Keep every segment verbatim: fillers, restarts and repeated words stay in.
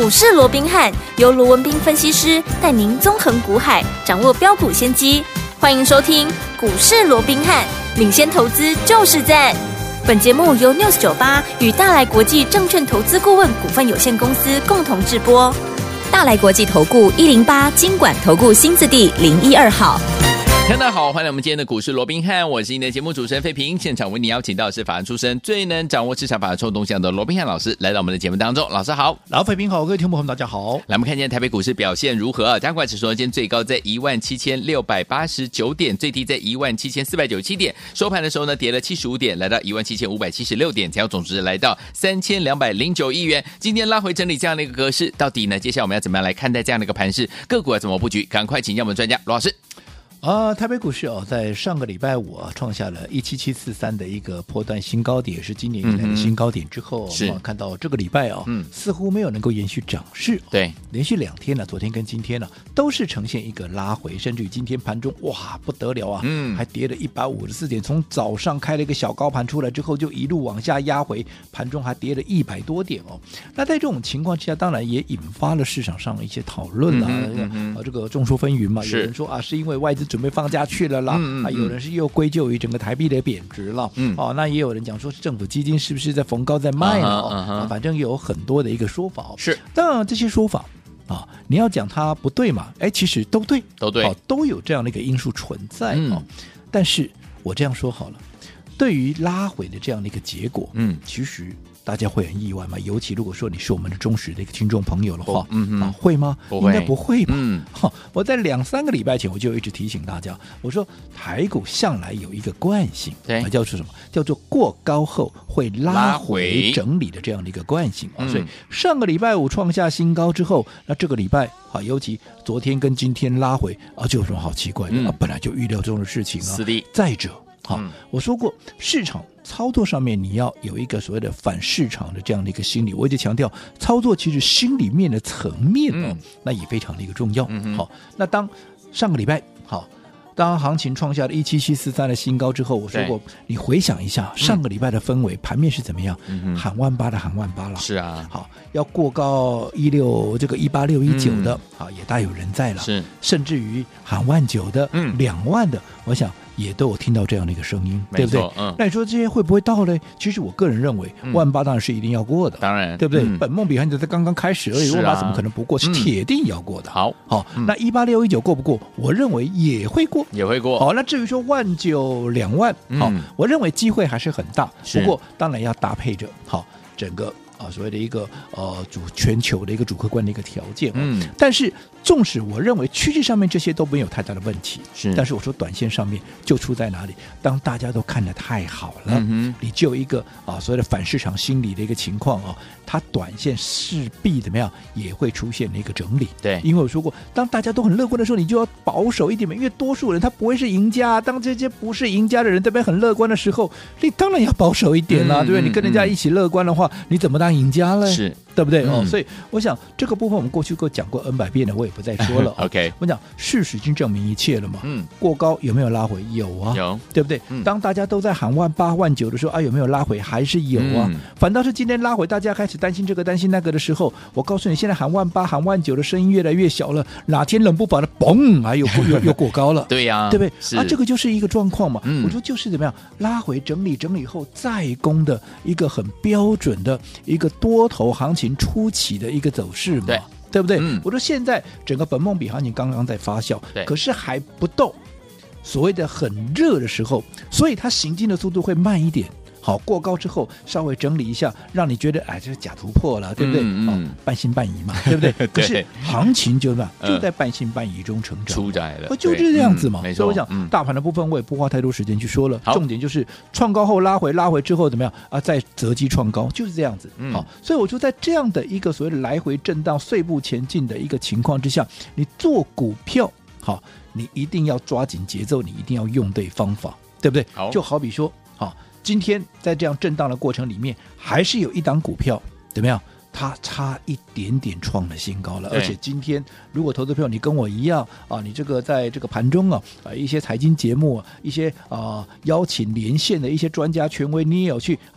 市罗宾汉由罗文彬分析师带您纵横股海，掌握标股先机。欢迎收听股市罗宾汉，领先投资就是赞。本节目由 News 九十八与大来国际证券投资顾问股份有限公司共同制播。大来国际投顾一零八金管投顾新字第零一二号。 大家好，欢迎我们今天的股市罗宾汉，我是您的节目主持人费平。现场为你邀请到的是法案出身、最能掌握市场法案臭动向的罗宾汉老师，来到我们的节目当中。老师好。 老费平好，各位听众朋友们大家好。 来，我们看今天台北股市表现如何？加权指数今天最高在一万七千六百八十九点，最低在一万七千四百九十七点，收盘的时候呢跌了七十五点，来到一万七千五百七十六点，成交总值来到三千两百零九亿元。今天拉回整理这样的一个格式，到底呢接下来我们要怎么样来看待这样的一个盘势？个股要怎么布局？赶快请教我们专家罗老师。 啊，台北股市哦，在上个礼拜五啊，创下了一七七四三的一个波段新高点，也是今年以来的新高点之后， 嗯、 我们看到这个礼拜哦，嗯，似乎没有能够延续涨势、哦， 对， 连续两天呢，昨天跟今天呢，都是呈现一个拉回，甚至于今天盘中哇不得了啊，嗯，还跌了一百五十四点，从早上开了一个小高盘出来之后，就一路往下压回，盘中还跌了一百多点哦。那在这种情况之下，当然也引发了市场上的一些讨论啦、嗯嗯嗯啊，这个众说纷纭嘛，有人说啊，是因为外资准备放假去了啦，嗯嗯嗯啊，有人是又归咎于整个台币的贬值了，嗯，哦，那也有人讲说政府基金是不是在逢高在卖了、哦啊啊，反正有很多的一个说法、哦， 是， 当然这些说法啊，你要讲它不对嘛，哎，其实都对， 都对、 哦，都有这样的一个因素存在、 嗯、 哦。但是我这样说好了，对于拉回的这样的一个结果，嗯，其实大家会很意外嘛？尤其如果说你是我们的忠实的一个听众朋友的话，嗯啊，会吗？ 不会， 应该不会吧？ 嗯， 哦、我在两三个礼拜前我就一直提醒大家，我说台股向来有一个惯性， 对， 叫做什么？叫做过高后会拉回整理的这样的一个惯性啊、哦。所以上个礼拜五创下新高之后，那这个礼拜啊，尤其昨天跟今天拉回啊，就有什么好奇怪的、嗯、啊？本来就预料中的事情啊。 是的。 再者，好、嗯，我说过市场操作上面你要有一个所谓的反市场的这样的一个心理，我一直强调操作其实心里面的层面哦、嗯，那也非常的一个重要。嗯、好，那当上个礼拜好。当行情创下了一七七四三的新高之后，我说过，你回想一下上个礼拜的氛围，盘面是怎么样？嗯、喊万八的喊万八了， 是啊， 好，要过高一六这个一八六一九的，好、嗯、也大有人在了， 是，甚至于喊万九的，嗯，两万的，我想也都有听到这样的一个声音，对不对？嗯，那你说这些会不会到呢？其实我个人认为，嗯、万八当然是一定要过的， 当然， 对不对？ 嗯、 本梦比汉才刚刚开始而已，万八、啊、怎么可能不过？是铁定要过的。 嗯、好， 好，嗯、那一八六一九过不过？我认为也会过。 也会过。 好，那至于说万九两万，好、嗯，我认为机会还是很大。不过当然要搭配着好整个啊所谓的一个呃主全球的一个主客观的一个条件。嗯，但是纵使我认为趋势上面这些都没有太大的问题，是，但是我说短线上面就出在哪里？当大家都看得太好了，嗯、你就有一个啊所谓的反市场心理的一个情况啊，它短线势必怎么样也会出现一个整理。 对， 因为我说过，当大家都很乐观的时候，你就要保守一点嘛，因为多数人他不会是赢家。当这些不是赢家的人这边很乐观的时候，你当然要保守一点啦、嗯，对不对？你跟人家一起乐观的话，嗯、你怎么当赢家呢？ 是。 对不对、嗯、哦？所以我想这个部分我们过去都讲过 N 百遍了，我也不再说了。 OK， 我讲事实已经证明一切了嘛。嗯，过高有没有拉回？有啊， 有， 对不对？嗯、当大家都在喊万八万九的时候，啊，有没有拉回？还是有啊。嗯、反倒是今天拉回，大家开始担心这个担心那个的时候，我告诉你，现在喊万八喊万九的声音越来越小了。哪天冷不防的嘣，啊，又又又过高了。 对呀、啊， 对不对？啊，这个就是一个状况嘛。嗯、我说就是怎么样拉回整理整理后再攻的一个很标准的一个多头行情初期的一个走势嘛， 对, 对不对、嗯？我说现在整个本梦比行情刚刚在发酵，可是还不到所谓的很热的时候，所以它行进的速度会慢一点。好，过高之后稍微整理一下，让你觉得哎，这是假突破了，对不对？嗯嗯哦、半信半疑嘛，对不对？对，可是行情就那就在半信半疑中成长， 出来了， 就是这样子嘛。 嗯、 所以我想、嗯，大盘的部分我也不花太多时间去说了，重点就是创高后拉回，拉回之后怎么样啊？再择机创高，就是这样子。嗯、好，所以我就在这样的一个所谓的来回震荡、碎步前进的一个情况之下，你做股票，好，你一定要抓紧节奏，你一定要用对方法，对不对？好，就好比说，好。今天在这样震荡的过程里面，还是有一档股票怎么样？它差一点点创了新高了，而且今天如果投资朋友你跟我一样啊，你这个在这个盘中啊，啊一些财经节目、一些啊邀请连线的一些专家权威，你也有去啊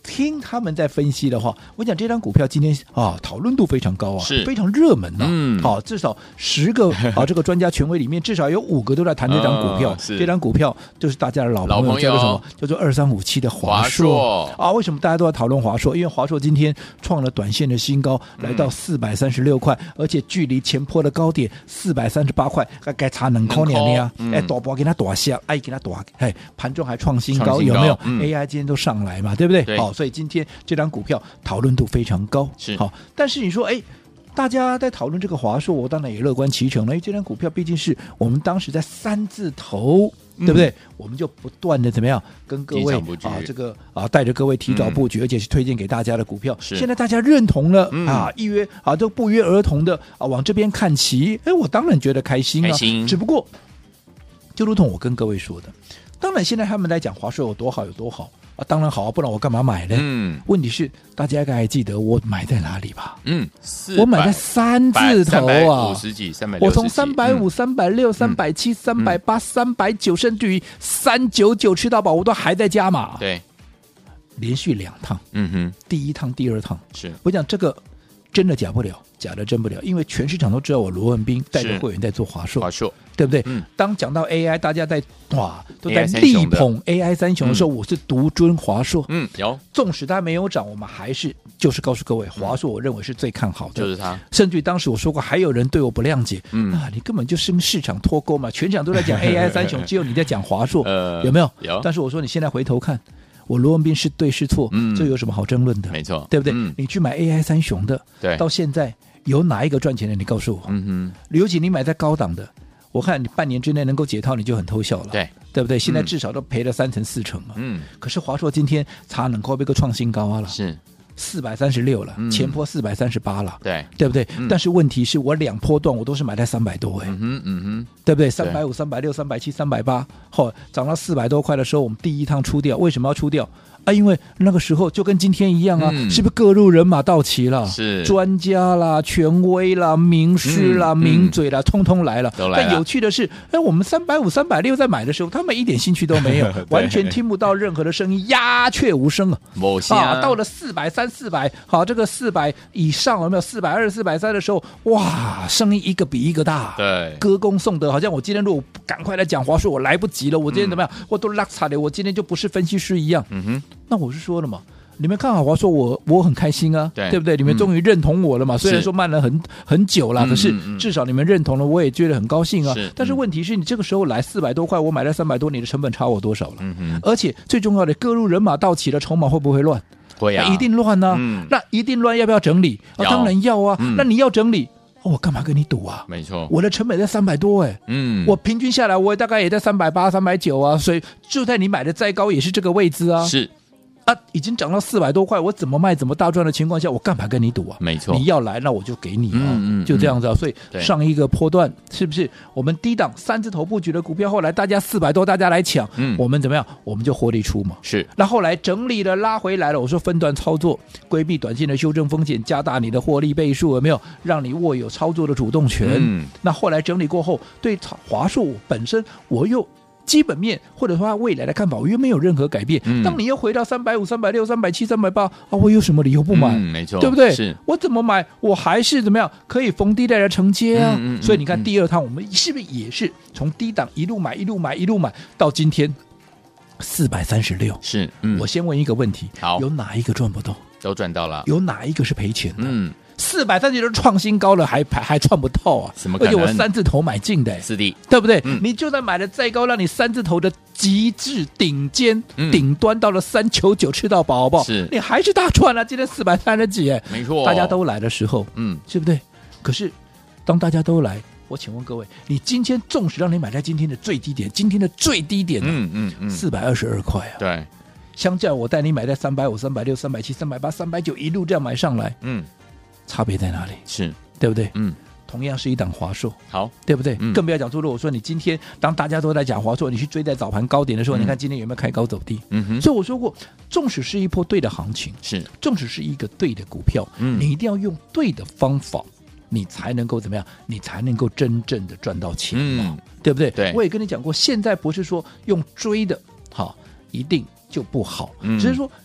听他们在分析的话，我讲这张股票今天啊讨论度非常高啊， 是非常热门呐、啊。 嗯， 好、啊，至少十个啊这个专家权威里面，至少有五个都在谈这张股票。 哦、 这张股票就是大家的老朋友，叫做什么？叫做二三五七的华硕啊。为什么大家都在讨论华硕？因为华硕今天创了短线的新高，嗯、来到四百三十六块，而且距离前波的高点四百三十八块，还该差两块两呀！哎、嗯，大波给它打下，哎，给它打，哎，盘中还创新高，有没有、嗯、？A I 今天都上来嘛，对不对？ 对好，所以今天这张股票讨论度非常高， 是好。但是你说，哎，大家在讨论这个华硕，我当然也乐观其成了，因为这张股票毕竟是我们当时在三字头。对不对、嗯？我们就不断的怎么样跟各位啊，这个啊带着各位提早布局、嗯，而且是推荐给大家的股票。现在大家认同了、嗯、啊，一约啊都不约而同的啊往这边看齐。哎，我当然觉得开心啊。 开心。 只不过，就如同我跟各位说的，当然现在他们来讲华硕有多好有多好啊，当然好啊，不然我干嘛买呢？嗯。问题是大家应该还记得我买在哪里吧？ 嗯， 我买在三字头啊， 五十几、三百， 我从三百五、三百六、三百七、三百八、三百九，甚至于三九九吃到饱，我都还在加码。 对， 连续两趟， 嗯哼， 第一趟、第二趟， 是我讲这个真的假不了，假的真不了，因为全市场都知道我罗文彬带着会员在做华硕， 华硕。 对不对、嗯？当讲到 A I， 大家在哇都在力捧 A I 三雄的时候，嗯、我是独尊华硕。 嗯，有。 纵使它没有涨，我们还是就是告诉各位，华硕我认为是最看好的， 就是它。 甚至于当时我说过，还有人对我不谅解，嗯啊，你根本就是跟市场脱钩嘛，全场都在讲 A I 三雄，只有你在讲华硕、呃，有没有？ 有。 但是我说你现在回头看。我罗文彬是对是错，嗯，这有什么好争论的？ 没错， 对不对、 嗯？ 你去买 A I 三雄的， 对， 到现在有哪一个赚钱的？你告诉我。 嗯哼， 尤其你买在高档的。我看你半年之内能够解套，你就很偷笑了， 对对不对？现在至少都赔了三成四成了，嗯。可是华硕今天差能够被个创新高啊了， 是四百三十六了， 嗯、 前波四百三十八了， 对对不对、 嗯？ 但是问题是我两波段我都是买在三百多哎， 嗯哼嗯哼， 对不对？三百五、三百六、三百七、三百八，后涨到四百多块的时候，我们第一趟出掉，为什么要出掉？啊，因为那个时候就跟今天一样啊，嗯、是不是各路人马到齐了？ 是专家啦、权威啦、名师啦、嗯、名嘴啦，通通来了。 都来了。 但有趣的是，哎，我们三百五、三百六在买的时候，他们一点兴趣都没有，完全听不到任何的声音，鸦雀无声啊。 某些啊， 到了四百三、四百，好，这个四百以上有没有？四百二、四百三的时候，哇，声音一个比一个大。 对， 歌功颂德，好像我今天如果赶快来讲华硕，我来不及了，我今天怎么样？嗯、我都拉差的，我今天就不是分析师一样。 嗯哼。 那我是说了嘛，你们看好华硕，我我很开心啊， 对, 对不对？你们终于认同我了嘛？嗯、虽然说慢了很很久了，可是至少你们认同了，我也觉得很高兴啊。 是但是问题是你这个时候来四百多块，我买了三百多，你的成本差我多少了？ 嗯哼。 而且最重要的，各路人马到齐了，筹码会不会乱？ 会啊， 一定乱呢、啊嗯。 那一定乱，要不要整理？啊、当然要啊、嗯。那你要整理。哦、我干嘛跟你赌啊？ 没错， 我的成本在三百多哎， 嗯， 我平均下来我大概也在三百八、三百九啊，所以就在你买的再高也是这个位置啊， 是啊，已经涨到四百多块，我怎么卖怎么大赚的情况下，我干嘛跟你赌啊？ 没错， 你要来那我就给你啊， 嗯嗯、 就这样子啊。所以上一个波段是不是我们低档三字头布局的股票，后来大家四百多大家来抢，嗯，我们怎么样？我们就获利出嘛。 是， 那后来整理了拉回来了，我说分段操作，规避短线的修正风险，加大你的获利倍数，有没有？让你握有操作的主动权。嗯，那后来整理过后，对华硕本身我又。基本面或者说它未来的看法，我又没有任何改变。嗯、当你又回到三百五、三百六、三百七、三百八啊，我有什么理由不买？ 嗯、没错， 对不对？ 是我怎么买？我还是怎么样可以逢低带来承接啊、 嗯嗯嗯？ 所以你看第二趟，我们是不是也是从低档一路买、一路买、一路买到今天四百三十六？ 是、嗯， 我先问一个问题： 好， 有哪一个赚不到？ 都赚到了。 有哪一个是赔钱的？ 嗯。 四百三十都创新高了，还还还赚不到啊！ 怎么可能？ 而且我三字头买进的， 是的， 对不对？ 嗯、 你就算买的再高，让你三字头的极致顶尖、 嗯、 顶端到了三九九吃到饱，好不好？ 是， 你还是大赚啊！今天四百三十几，哎， 没错， 大家都来的时候， 嗯， 对不对？可是当大家都来，我请问各位，你今天纵使让你买在今天的最低点，今天的最低点、啊， 嗯嗯嗯， 四百二十二块啊， 对， 相较我带你买在三百五、三百六、三百七、三百八、三百九一路这样买上来， 嗯。 差别在哪里？ 是对不对？ 嗯， 同样是一档华硕， 好， 对不对？ 嗯、 更不要讲说，如果说你今天当大家都在讲华硕，你去追在早盘高点的时候， 嗯、 你看今天有没有开高走低？ 嗯哼。 所以我说过，纵使是一波对的行情， 是， 纵使是一个对的股票， 嗯， 你一定要用对的方法，你才能够怎么样？你才能够真正的赚到钱嘛、 嗯， 对不对？ 对， 我也跟你讲过，现在不是说用追的，好，一定就不好， 嗯、 只是说。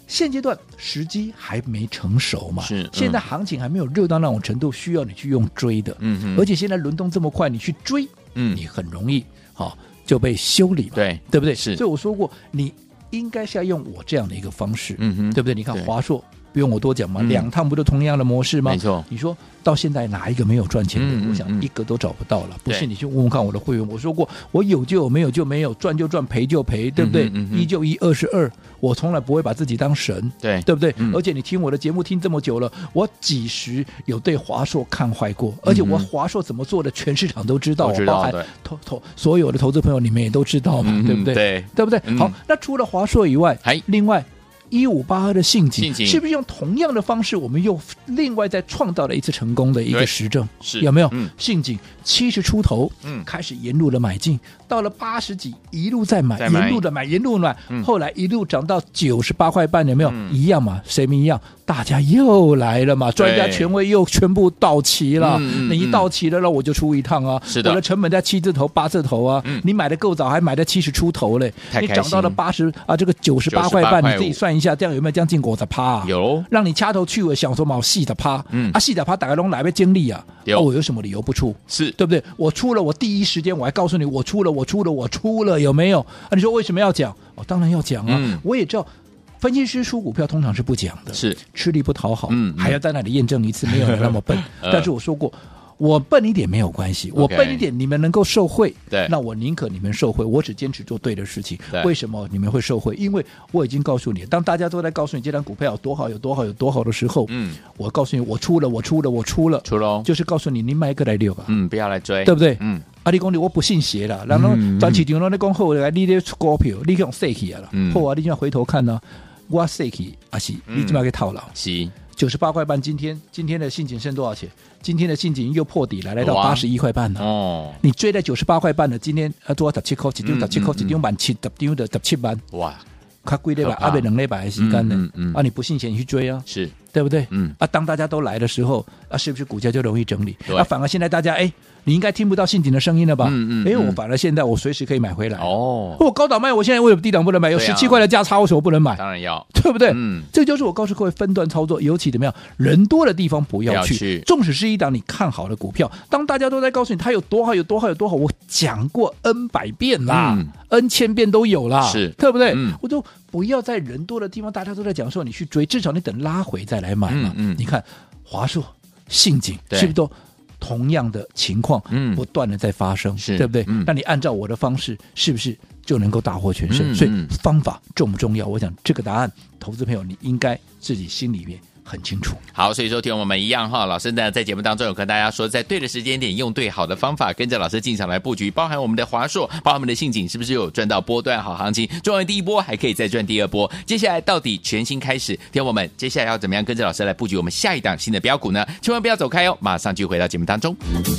现阶段时机还没成熟嘛， 是、嗯、 现在行情还没有热到那种程度，需要你去用追的，嗯哼，而且现在轮动这么快，你去追，嗯，你很容易好、哦、就被修理嘛， 对对不对？ 是， 所以我说过，你应该是要用我这样的一个方式， 嗯哼， 对不对？你看华硕。不用我多讲嘛、嗯，两趟不都同样的模式吗？ 没错。 你说到现在哪一个没有赚钱的？嗯、我想一个都找不到了。不信你去问问看我的会员，我说过，我有就有，没有就没有，赚就赚，赔就赔，对不对？嗯嗯、一就一，二是二，我从来不会把自己当神，对对不对、嗯？而且你听我的节目听这么久了，我几时有对华硕看坏过？而且我华硕怎么做的，全市场都知道， 我知道， 包含投投所有的投资朋友，你们也都知道嘛，嗯、对不对？ 对， 对不对？嗯、好，那除了华硕以外， 还另外。一五八二的信景是不是用同样的方式，我们又另外再创造了一次成功的一个实证？ 是有没有？ 嗯、 信景七十出头，嗯，开始沿路的买进，到了八十几，一路再买，沿路的买，沿路买，嗯、后来一路涨到九十八块半，有没有？嗯、一样嘛，谁们一样？大家又来了嘛，专家权威又全部到齐了。嗯、你一到齐了，那我就出一趟啊。 是的， 我的成本在七字头、八字头啊。嗯、你买的够早，还买在七十出头嘞。你涨到了八十啊，这个九十八块半，你自己算一下，这样有没有将近五十趴？啊？ 有， 让你掐头去尾，想说嘛，四十趴。嗯，啊，四十趴大概拢来被经历啊。有、哦，我有什么理由不出？ 是对不对？我出了，我第一时间我还告诉你，我出了，我出了，我出了，有没有？啊，你说为什么要讲？哦，当然要讲啊。嗯、我也知道。分析师出股票通常是不讲的， 是吃力不讨好， 嗯， 还要在那里验证一次，没有人那么笨。呃、但是我说过，我笨一点没有关系，我笨一点，你们能够受惠， 对， 那我宁可你们受惠，我只坚持做对的事情。为什么你们会受惠？因为我已经告诉你，当大家都在告诉你这张股票有多好、有多好、有多好的时候，嗯，我告诉你，我出了，我出了，我出了， 出了， 就是告诉你，你买一个来六吧， 嗯，不要来追， 对不对？ 嗯。 啊！你讲你我不信邪啦，然后在市场上你讲好来，你咧出股票，你用死去啊啦，好啊！你就要回头看呢、啊，我死去啊是，你怎么给套牢？ 是九十八块半，今天今天的信锦剩多少钱？今天的信锦又破底了，来到八十一块半了。哦，你追在九十八块半的，今天啊多少十七块，一张十七块，一张万七，十张的十七万。哇！他贵礼拜，阿贝两礼拜的时间呢？嗯嗯嗯、啊，你不信邪，你去追啊， 是对不对？ 嗯啊，当大家都来的时候，啊，是不是股价就容易整理？啊，反而现在大家哎。你应该听不到信锦的声音了吧？嗯嗯，因为我反而现在我随时可以买回来哦。我高档卖，我现在为什么低档不能买？有十七块的价差，为什么不能买？ 当然要， 对不对？ 嗯， 这就是我告诉各位分段操作，尤其怎么样，人多的地方不要去。 要去纵使是一档你看好的股票，当大家都在告诉你它有多好、有多好、有多好，我讲过 N 百遍啦、嗯、，N 千遍都有啦， 是对不对？ 嗯、 我就不要在人多的地方，大家都在讲说你去追，至少你等拉回再来买嘛。嗯嗯，你看华硕、信锦是不是都？同样的情况不断的在发生、嗯、对不对、嗯、那你按照我的方式是不是就能够大获全胜、嗯、所以方法重不重要，我想这个答案投资朋友你应该自己心里面很清楚。 好，所以说听我们一样哈，老师呢在节目当中有跟大家说，在对的时间点用对好的方法，跟着老师进场来布局，包含我们的华硕，包含我们的信锦，是不是有赚到波段好行情？赚完第一波还可以再赚第二波，接下来到底全新开始，听我们接下来要怎么样跟着老师来布局我们下一档新的标股呢？千万不要走开哦，马上就回到节目当中。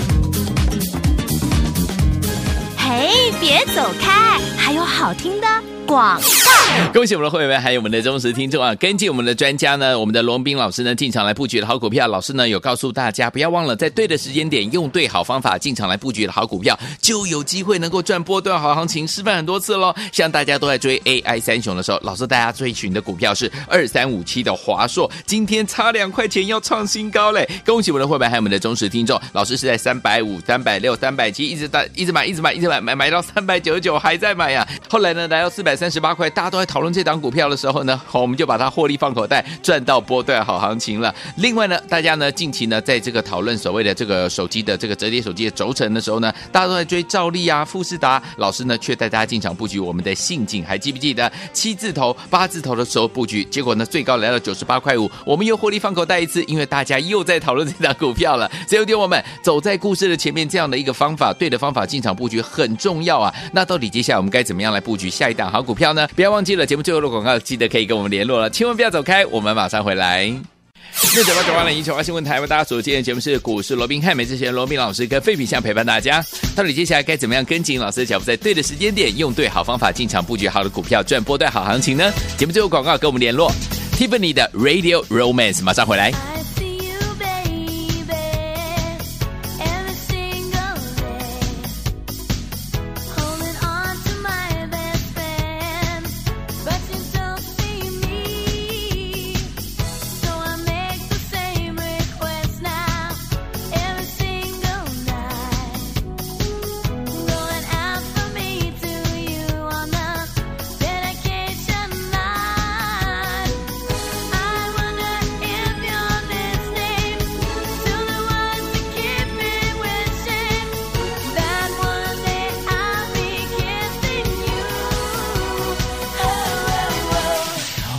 嘿，别走开，还有好听的广告。 恭喜我们的会员还有我们的忠实听众啊！跟进我们的专家呢，我们的罗文彬老师呢进场来布局的好股票，老师呢有告诉大家不要忘了在对的时间点用对好方法进场来布局的好股票，就有机会能够赚波段好行情，示范很多次咯。像大家都在追 A I 三雄的时候，老师大家追寻的股票是二三五七的华硕，今天差两块钱要创新高嘞！恭喜我们的会员还有我们的忠实听众，老师是在三百五、三百六、三百七一直打一直买一直买一直买买买到三百九十九还在买呀、啊！后来呢来到四百三十八块，大家都在讨论这档股票的时候呢，我们就把它获利放口袋，赚到波段好行情了。另外呢，大家呢近期呢在这个讨论所谓的这个手机的这个折叠手机的轴承的时候呢，大家都在追兆利啊、富士达，老师呢却带大家进场布局我们的信锦，还记不记得七字头、八字头的时候布局，结果呢最高来到九十八块五，我们又获利放口袋一次，因为大家又在讨论这档股票了。所以有点我们走在故事的前面，这样的一个方法，对的方法进场布局很重要啊。那到底接下来我们该怎么样来布局下一档好股票呢？不要忘记了节目最后的广告，记得可以跟我们联络了，千万不要走开，我们马上回来。六九八九八零一九八新闻台为大家所见的节目是股市罗宾汉，每次前罗宾老师跟费品相陪伴大家。到底接下来该怎么样跟紧老师的脚步，在对的时间点，用对好方法进场布局好的股票，赚波段好行情呢？节目最后广告跟我们联络 ，Tiffany 的 Radio Romance 马上回来。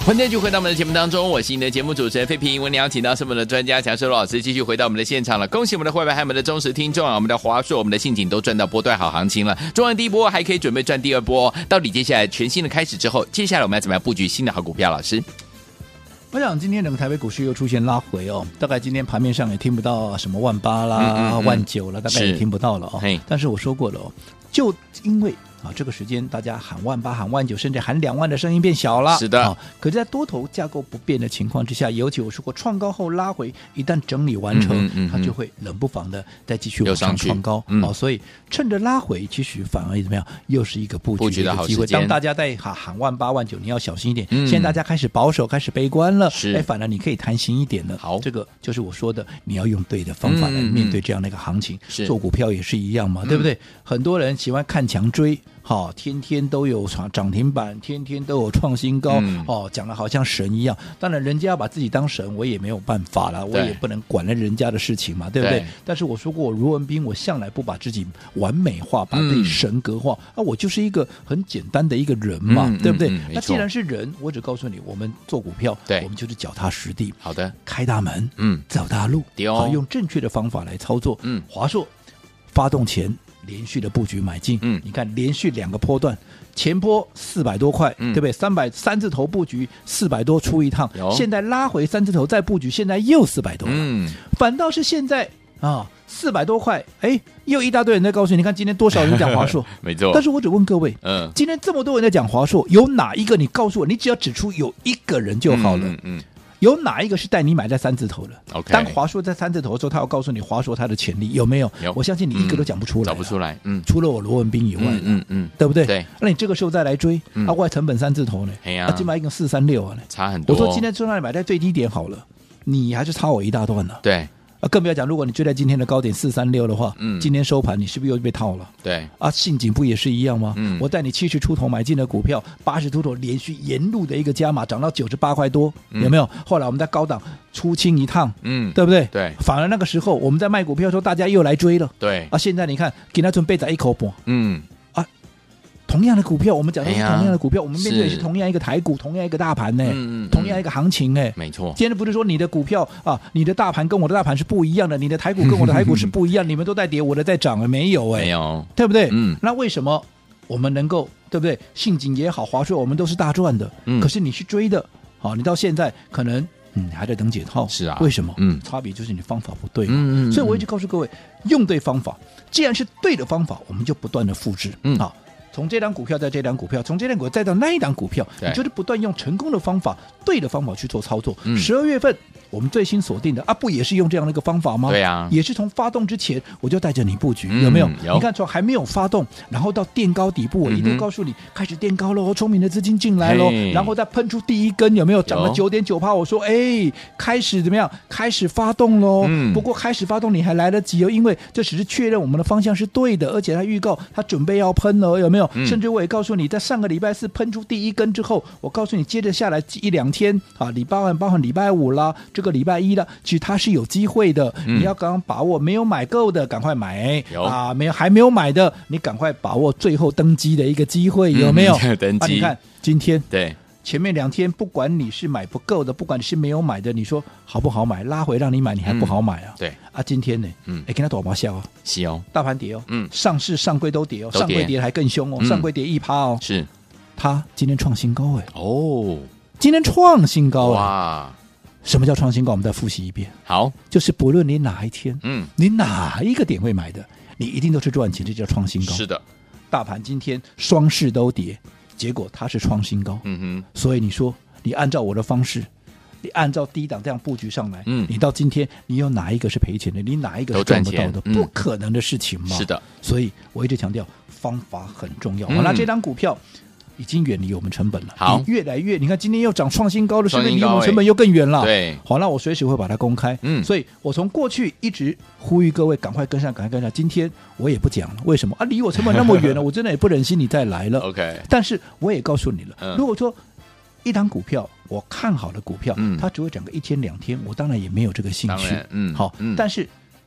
欢迎继续回到我们的节目当中，我是你的节目主持人费平。我们邀请到是我们的专家强势罗老师，继续回到我们的现场了。恭喜我们的会员还有我们的忠实听众啊！我们的华硕、我们的信锦都赚到波段好行情了，赚完第一波还可以准备赚第二波、哦。到底接下来全新的开始之后，接下来我们要怎么样布局新的好股票？老师， 我想今天整个台北股市又出现拉回哦，大概今天盘面上也听不到什么万八啦、嗯嗯嗯万九了，大概也听不到了哦。但是我说过了哦，就因为啊，这个时间大家喊万八、喊万九，甚至喊两万的声音变小了。 是的， 啊，可是在多头架构不变的情况之下，尤其我说过，创高后拉回，一旦整理完成，嗯嗯嗯它就会冷不防的再继续往上创高。嗯、哦，所以趁着拉回，其实反而怎么样，又是一个布局的一个机会。当大家在喊喊万八、万九，你要小心一点。嗯、现在大家开始保守，开始悲观了，哎，反而你可以弹性一点了。好，这个就是我说的，你要用对的方法来面对这样的一个行情。嗯、做股票也是一样嘛，对不对？嗯、很多人喜欢看强追。好，天天都有涨停板，天天都有创新高，嗯、哦，讲的好像神一样。当然，人家要把自己当神，我也没有办法了，我也不能管了人家的事情嘛，对不对？对，但是我说过，我罗文彬，我向来不把自己完美化，把自己神格化、嗯、啊，我就是一个很简单的一个人嘛，嗯、对不对？嗯嗯、那既然是人，我只告诉你，我们做股票，对，我们就是脚踏实地， 好的， 开大门，嗯，走大路， 哦、 用正确的方法来操作。嗯，华硕发动前。连续的布局买进，嗯，你看连续两个波段，前波四百多块，嗯、对不对？三百三字头布局四百多出一趟，现在拉回三字头再布局，现在又四百多了，嗯，反倒是现在啊四百多块，哎，又一大堆人在告诉你，你看今天多少人讲华硕， 没错。 但是我只问各位，嗯，今天这么多人在讲华硕，有哪一个你告诉我，你只要指出有一个人就好了，嗯。嗯嗯有哪一个是带你买在三字头的？ Okay, 当华硕在三字头的时候，他要告诉你华硕它的潜力有没有？有，我相信你一个都讲不出来、啊嗯，找不出来。嗯， 除了我罗文彬以外，嗯嗯嗯，对不对？ 对。 那你这个时候再来追，嗯、啊，外成本三字头呢？哎呀、啊，今买一个四三六啊， 差很多。 我说今天就让你买在最低点好了，你还是差我一大段呢、啊。 对。 啊，更不要讲，如果你追在今天的高点四三六的话，嗯，今天收盘你是不是又被套了？ 对啊，信锦不也是一样吗？嗯，我带你七十出头买进的股票，八十出头连续沿路的一个加码，涨到九十八块多，嗯、有没有？后来我们在高档出清一趟，嗯，对不对？ 对， 反而那个时候我们在卖股票的时候，大家又来追了， 对啊，现在你看给那存被宰一口半，嗯。同样的股票，我们讲的是同样的股票，哎、我们面对的是同样一个台股，同样一个大盘呢，嗯嗯、同样一个行情呢， 没错。 今天不是说你的股票啊，你的大盘跟我的大盘是不一样的，你的台股跟我的台股是不一样，你们都在跌，我的在涨，没有哎， 没有， 对不对？ 嗯， 那为什么我们能够对不对？信锦也好，华硕我们都是大赚的，嗯、可是你去追的，好，你到现在可能嗯还在等解套， 是啊， 为什么？ 嗯， 差别就是你方法不对嘛， 嗯嗯嗯、 所以我一直告诉各位，用对方法，既然是对的方法，我们就不断的复制，嗯，好。从这档股票在这档股票，从这档股票再到那一档股票，你就是不断用成功的方法、对的方法去做操作。十二、嗯、月份我们最新锁定的啊，不也是用这样的一个方法吗？ 对啊， 也是从发动之前我就带着你布局，嗯、有没有？ 有。 你看从还没有发动，然后到垫高底部，我一定告诉你、嗯、开始垫高喽，聪明的资金进来喽，然后再喷出第一根，有没有？涨了九点九趴，我说哎，开始怎么样？开始发动喽。嗯、不过开始发动你还来得及哦，因为这只是确认我们的方向是对的，而且它预告它准备要喷了，有没有？嗯、甚至我也告诉你，在上个礼拜四喷出第一根之后，我告诉你，接着下来一两天啊，礼拜包含礼拜五啦，这个礼拜一啦，其实它是有机会的。嗯、你要刚刚把握，没有买够的赶快买啊，没有还没有买的，你赶快把握最后登机的一个机会，有没有？ 嗯、登机、啊， 你看今天对。 前面两天，不管你是买不够的，不管你是没有买的，你说好不好买？拉回让你买，你还不好买啊？ 嗯、对啊，今天呢，嗯，哎，跟他多毛笑啊， 是哦， 大盘跌哦， 嗯， 上市上柜都跌哦，上柜跌还更凶哦，嗯、上柜跌一趴哦， 是， 它今天创新高哎， 哦， 今天创新高哇！ 什么叫创新高？我们再复习一遍， 好， 就是不论你哪一天， 嗯， 你哪一个点位买的，你一定都是赚钱，这叫创新高。 是的， 大盘今天双市都跌，结果它是创新高， 嗯哼， 所以你说。你按照我的方式，你按照低档这样布局上来，嗯，你到今天你有哪一个是赔钱的？你哪一个是赚不到的？嗯、不可能的事情嘛。 是的， 所以我一直强调方法很重要。好、嗯，那这张股票已经远离我们成本了， 好， 越来越，你看今天又涨创新高了，是不是离我们成本又更远了？ 对， 好，那我随时会把它公开。嗯，所以我从过去一直呼吁各位赶快跟上，赶快跟上。今天我也不讲了，为什么啊？离我成本那么远了，我真的也不忍心你再来了。 OK， 但是我也告诉你了，嗯、如果说一档股票我看好的股票，嗯、它只会涨个一天两天，我当然也没有这个兴趣。 嗯， 好， 嗯、 但是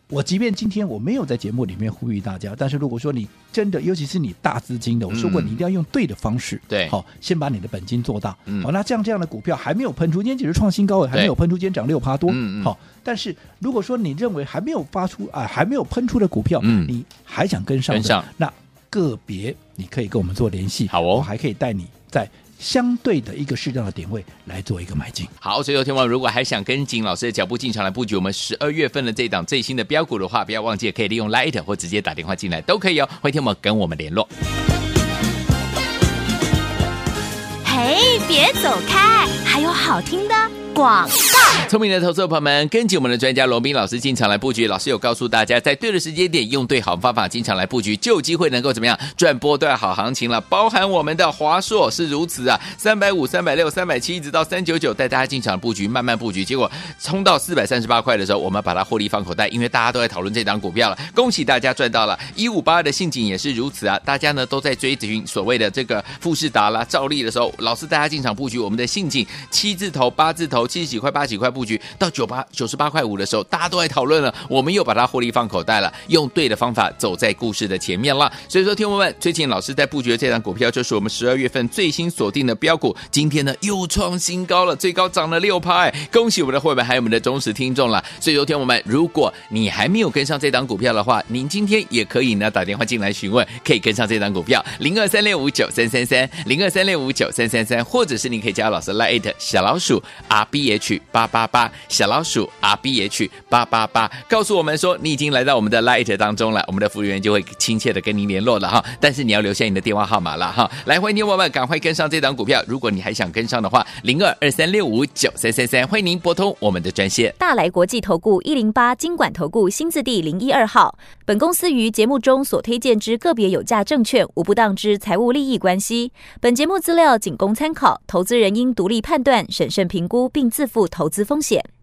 我即便今天我没有在节目里面呼吁大家，但是如果说你真的，尤其是你大资金的，我说过你一定要用对的方式， 对、嗯， 好，先把你的本金做大， 嗯， 好，那这样这样的股票还没有喷出，今天只是创新高，还没有喷出，今天涨六趴多，嗯嗯，好，但是如果说你认为还没有发出啊，还没有喷出的股票，嗯，你还想跟上的，跟上，那个别你可以跟我们做联系， 好哦， 我还可以带你在相对的一个适当的点位来做一个买进。 好，所以有听众如果还想跟紧老师的脚步进场来布局我们十二月份的这档最新的标股的话，不要忘记可以利用 Line 或直接打电话进来都可以哦，欢迎听我们跟我们联络。 嘿，别走开，还有好听的广告。 聪明的投资者朋友们，跟紧我们的专家罗宾老师进场来布局。老师有告诉大家，在对的时间点用对好方法进场来布局，就有机会能够怎么样赚波段好行情了。包含我们的华硕是如此啊，三百五、三百六、三百七一直到三百九十九，带大家进场布局，慢慢布局，结果冲到四百三十八块的时候，我们把它获利放口袋，因为大家都在讨论这档股票了。恭喜大家赚到了。一五八二的信景也是如此啊，大家呢都在追寻所谓的这个富士达啦、兆利的时候，老师带大家进场布局我们的信景，七字头、八字头、七十几块、八十几块布局，到九八九十八块五的时候，大家都在讨论了，我们又把它获利放口袋了，用对的方法走在故事的前面了。所以说，听众们，最近老师在布局的这档股票，就是我们十二月份最新锁定的标股，今天呢又创新高了，最高涨了六趴，恭喜我们的会员还有我们的忠实听众了。所以说，听众们，如果你还没有跟上这档股票的话，您今天也可以呢打电话进来询问，可以跟上这档股票零二三六五九三三三零二三六五九三三三，或者是你可以加老师 Line 小老鼠 R B H 八八八。小老鼠 R B H 八八八，告诉我们说你已经来到我们的 Light 当中了，我们的服务员就会亲切的跟您联络了哈。但是你要留下你的电话号码了哈。来，欢迎听众们赶快跟上这档股票，如果你还想跟上的话，零二二三六五九三三三，欢迎您拨通我们的专线。 大来国际投顾一零八金管投顾新字第零一二号，本公司于节目中所推荐之个别有价证券，无不当之财务利益关系。本节目资料仅供参考，投资人应独立判断、审慎评估，并自负投资风险。